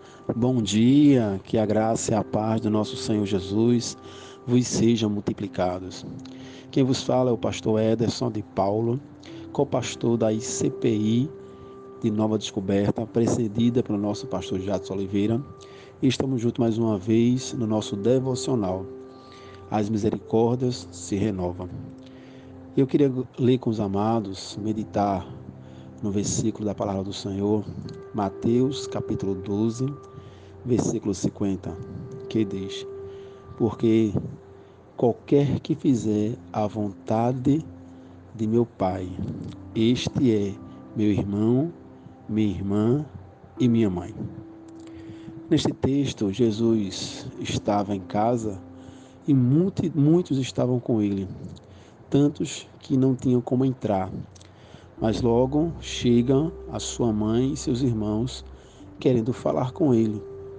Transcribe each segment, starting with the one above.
Bom dia, que a graça e a paz do nosso Senhor Jesus vos sejam multiplicados. Quem vos fala é o pastor Ederson de Paulo, co-pastor da ICPI de Nova Descoberta, precedida pelo nosso pastor Jadson Oliveira. E estamos juntos mais uma vez no nosso devocional. As misericórdias se renovam. Eu queria ler com os amados, meditar no versículo da palavra do Senhor, Mateus capítulo 12, versículo 50, que diz: porque qualquer que fizer a vontade de meu Pai, este é meu irmão, minha irmã e minha mãe. Neste texto, Jesus estava em casa e muitos estavam com ele, tantos que não tinham como entrar. Mas logo chegam a sua mãe e seus irmãos querendo falar com ele.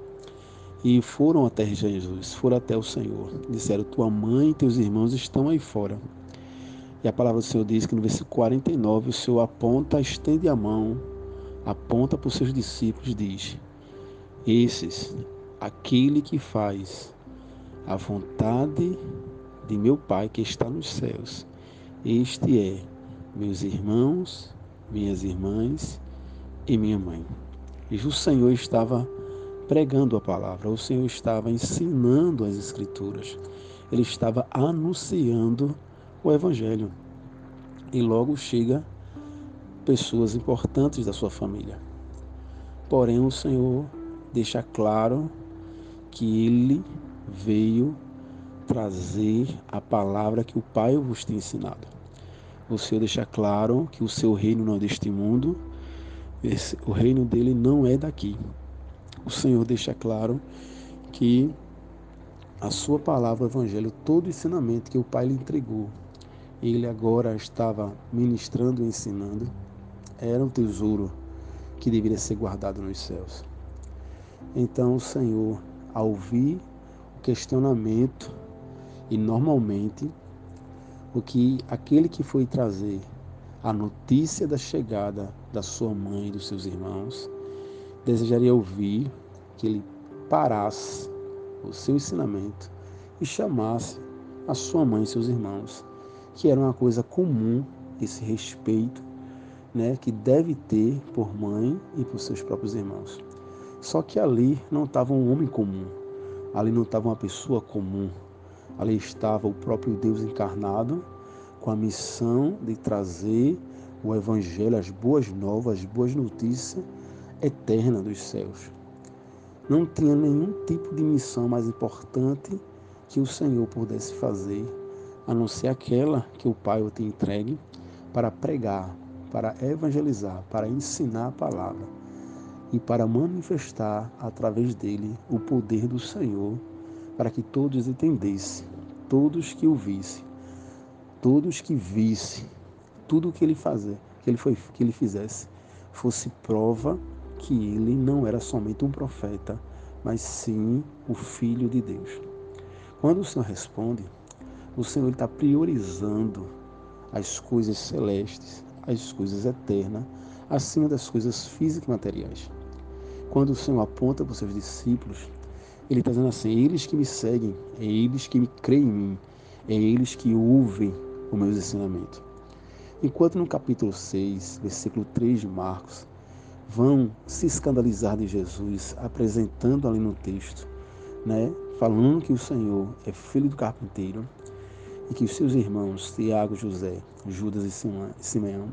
E foram até Jesus, foram até o Senhor. Disseram: tua mãe e teus irmãos estão aí fora. E a palavra do Senhor diz que no versículo 49, o Senhor aponta, estende a mão, aponta para os seus discípulos e diz: esses, aquele que faz a vontade de meu Pai que está nos céus, este é meus irmãos, minhas irmãs e minha mãe. E o Senhor estava pregando a palavra, o Senhor estava ensinando as Escrituras, Ele estava anunciando o Evangelho. E logo chega pessoas importantes da sua família. Porém, o Senhor deixa claro que Ele veio trazer a palavra que o Pai vos tem ensinado. O Senhor deixa claro que o seu reino não é deste mundo, o reino dele não é daqui. O Senhor deixa claro que a sua palavra, o Evangelho, todo o ensinamento que o Pai lhe entregou, ele agora estava ministrando e ensinando, era um tesouro que deveria ser guardado nos céus. Então o Senhor, ao ouvir o questionamento, e normalmente o que aquele que foi trazer a notícia da chegada da sua mãe e dos seus irmãos, desejaria ouvir que ele parasse o seu ensinamento e chamasse a sua mãe e seus irmãos, que era uma coisa comum, esse respeito, que deve ter por mãe e por seus próprios irmãos. Só que ali não estava um homem comum, ali não estava uma pessoa comum, ali estava o próprio Deus encarnado, com a missão de trazer o Evangelho, as boas novas, as boas notícias eternas dos céus. Não tinha nenhum tipo de missão mais importante que o Senhor pudesse fazer, a não ser aquela que o Pai o tem entregue para pregar, para evangelizar, para ensinar a palavra e para manifestar através dele o poder do Senhor, para que todos entendessem, todos que o vissem, todos que vissem, tudo o que ele fazia, que ele fizesse, fosse prova que ele não era somente um profeta, mas sim o Filho de Deus. Quando o Senhor responde, o Senhor está priorizando as coisas celestes, as coisas eternas, acima das coisas físicas e materiais. Quando o Senhor aponta para os seus discípulos, Ele está dizendo assim: eles que me seguem, é eles que me creem em mim, é eles que ouvem os meus ensinamentos. Enquanto no capítulo 6, versículo 3 de Marcos, vão se escandalizar de Jesus, apresentando ali no texto, falando que o Senhor é filho do carpinteiro e que os seus irmãos, Tiago, José, Judas e Simeão,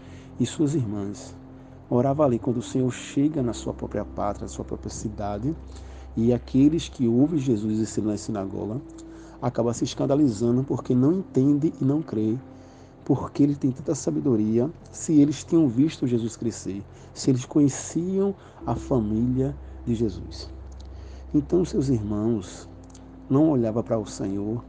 e suas irmãs, oravam ali quando o Senhor chega na sua própria pátria, na sua própria cidade, e aqueles que ouvem Jesus ensinar na sinagoga acabam se escandalizando porque não entendem e não creem, porque ele tem tanta sabedoria, se eles tinham visto Jesus crescer, se eles conheciam a família de Jesus. Então seus irmãos não olhavam para o Senhor,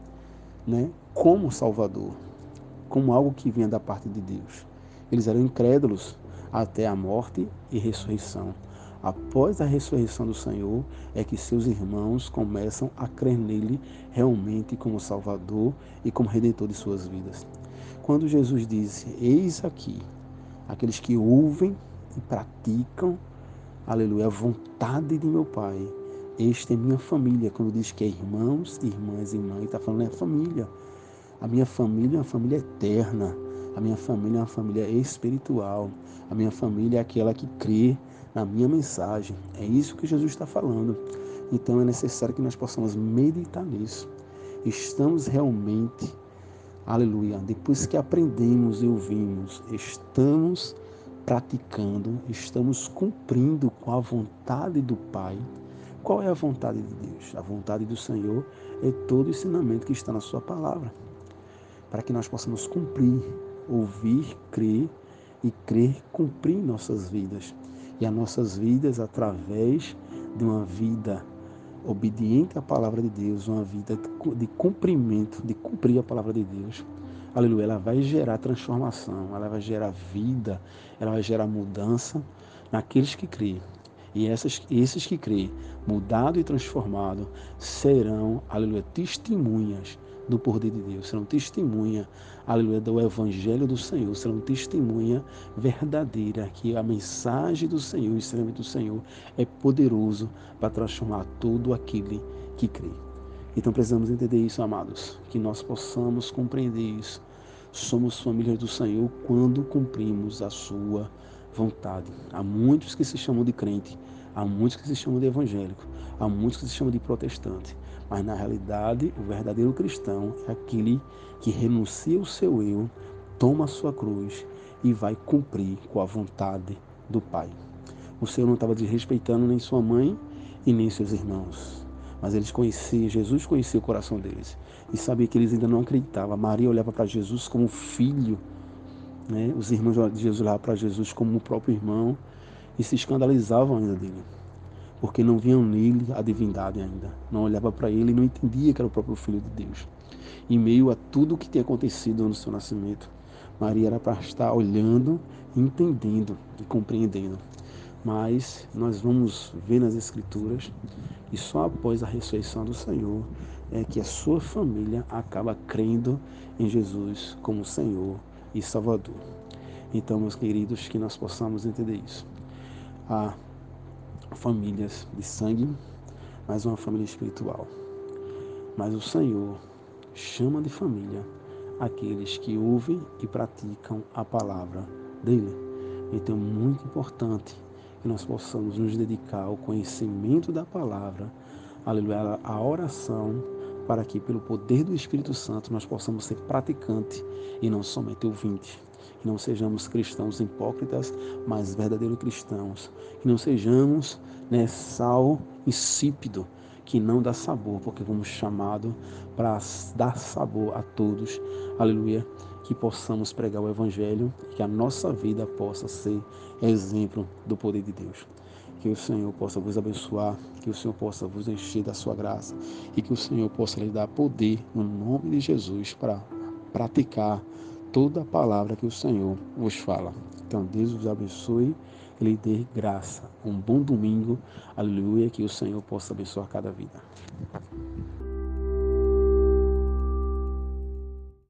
como Salvador, como algo que vinha da parte de Deus. Eles eram incrédulos até a morte e ressurreição. Após a ressurreição do Senhor, é que seus irmãos começam a crer nele realmente como Salvador e como Redentor de suas vidas. Quando Jesus diz: eis aqui, aqueles que ouvem e praticam aleluia, a vontade de meu Pai. Esta é minha família. Quando diz que é irmãos, irmãs e mãe, está falando é família. A minha família é uma família eterna. A minha família é uma família espiritual. A minha família é aquela que crê na minha mensagem. É isso que Jesus está falando. Então é necessário que nós possamos meditar nisso. Estamos realmente, aleluia, depois que aprendemos e ouvimos, estamos praticando, estamos cumprindo com a vontade do Pai. Qual é a vontade de Deus? A vontade do Senhor é todo o ensinamento que está na sua palavra, para que nós possamos cumprir, ouvir, crer e crer, cumprir nossas vidas. E as nossas vidas através de uma vida obediente à palavra de Deus, uma vida de cumprimento, de cumprir a palavra de Deus. Aleluia, ela vai gerar transformação, ela vai gerar vida, ela vai gerar mudança naqueles que creem. E esses que creem, mudado e transformado, serão, aleluia, testemunhas do poder de Deus, serão testemunha, aleluia, do Evangelho do Senhor, serão testemunha verdadeira, que a mensagem do Senhor, o ensinamento do Senhor é poderoso para transformar todo aquele que crê. Então precisamos entender isso, amados, que nós possamos compreender isso. Somos família do Senhor quando cumprimos a sua vontade. Há muitos que se chamam de crente, há muitos que se chamam de evangélico, há muitos que se chamam de protestante, mas na realidade o verdadeiro cristão é aquele que renuncia o seu eu, toma a sua cruz e vai cumprir com a vontade do Pai. O Senhor não estava desrespeitando nem sua mãe e nem seus irmãos, mas eles conheciam, Jesus conhecia o coração deles e sabia que eles ainda não acreditavam. Maria olhava para Jesus como filho, né? Os irmãos de Jesus olhavam para Jesus como o próprio irmão e se escandalizavam ainda dele, porque não viam nele a divindade ainda, não olhava para ele e não entendia que era o próprio Filho de Deus. Em meio a tudo o que tinha acontecido no seu nascimento, Maria era para estar olhando, entendendo e compreendendo. Mas nós vamos ver nas Escrituras que só após a ressurreição do Senhor é que a sua família acaba crendo em Jesus como Senhor e Salvador. Então, meus queridos, que nós possamos entender isso. Há famílias de sangue, mas uma família espiritual. Mas o Senhor chama de família aqueles que ouvem e praticam a palavra dele. Então é muito importante que nós possamos nos dedicar ao conhecimento da palavra, aleluia, à oração, para que pelo poder do Espírito Santo nós possamos ser praticantes e não somente ouvintes. Que não sejamos cristãos hipócritas, mas verdadeiros cristãos. Que não sejamos, né, sal insípido, que não dá sabor, porque fomos chamados para dar sabor a todos. Aleluia. Que possamos pregar o Evangelho e que a nossa vida possa ser exemplo do poder de Deus. Que o Senhor possa vos abençoar, que o Senhor possa vos encher da sua graça e que o Senhor possa lhe dar poder no nome de Jesus para praticar toda a palavra que o Senhor vos fala. Então Deus vos abençoe e lhe dê graça. Um bom domingo, aleluia, que o Senhor possa abençoar cada vida.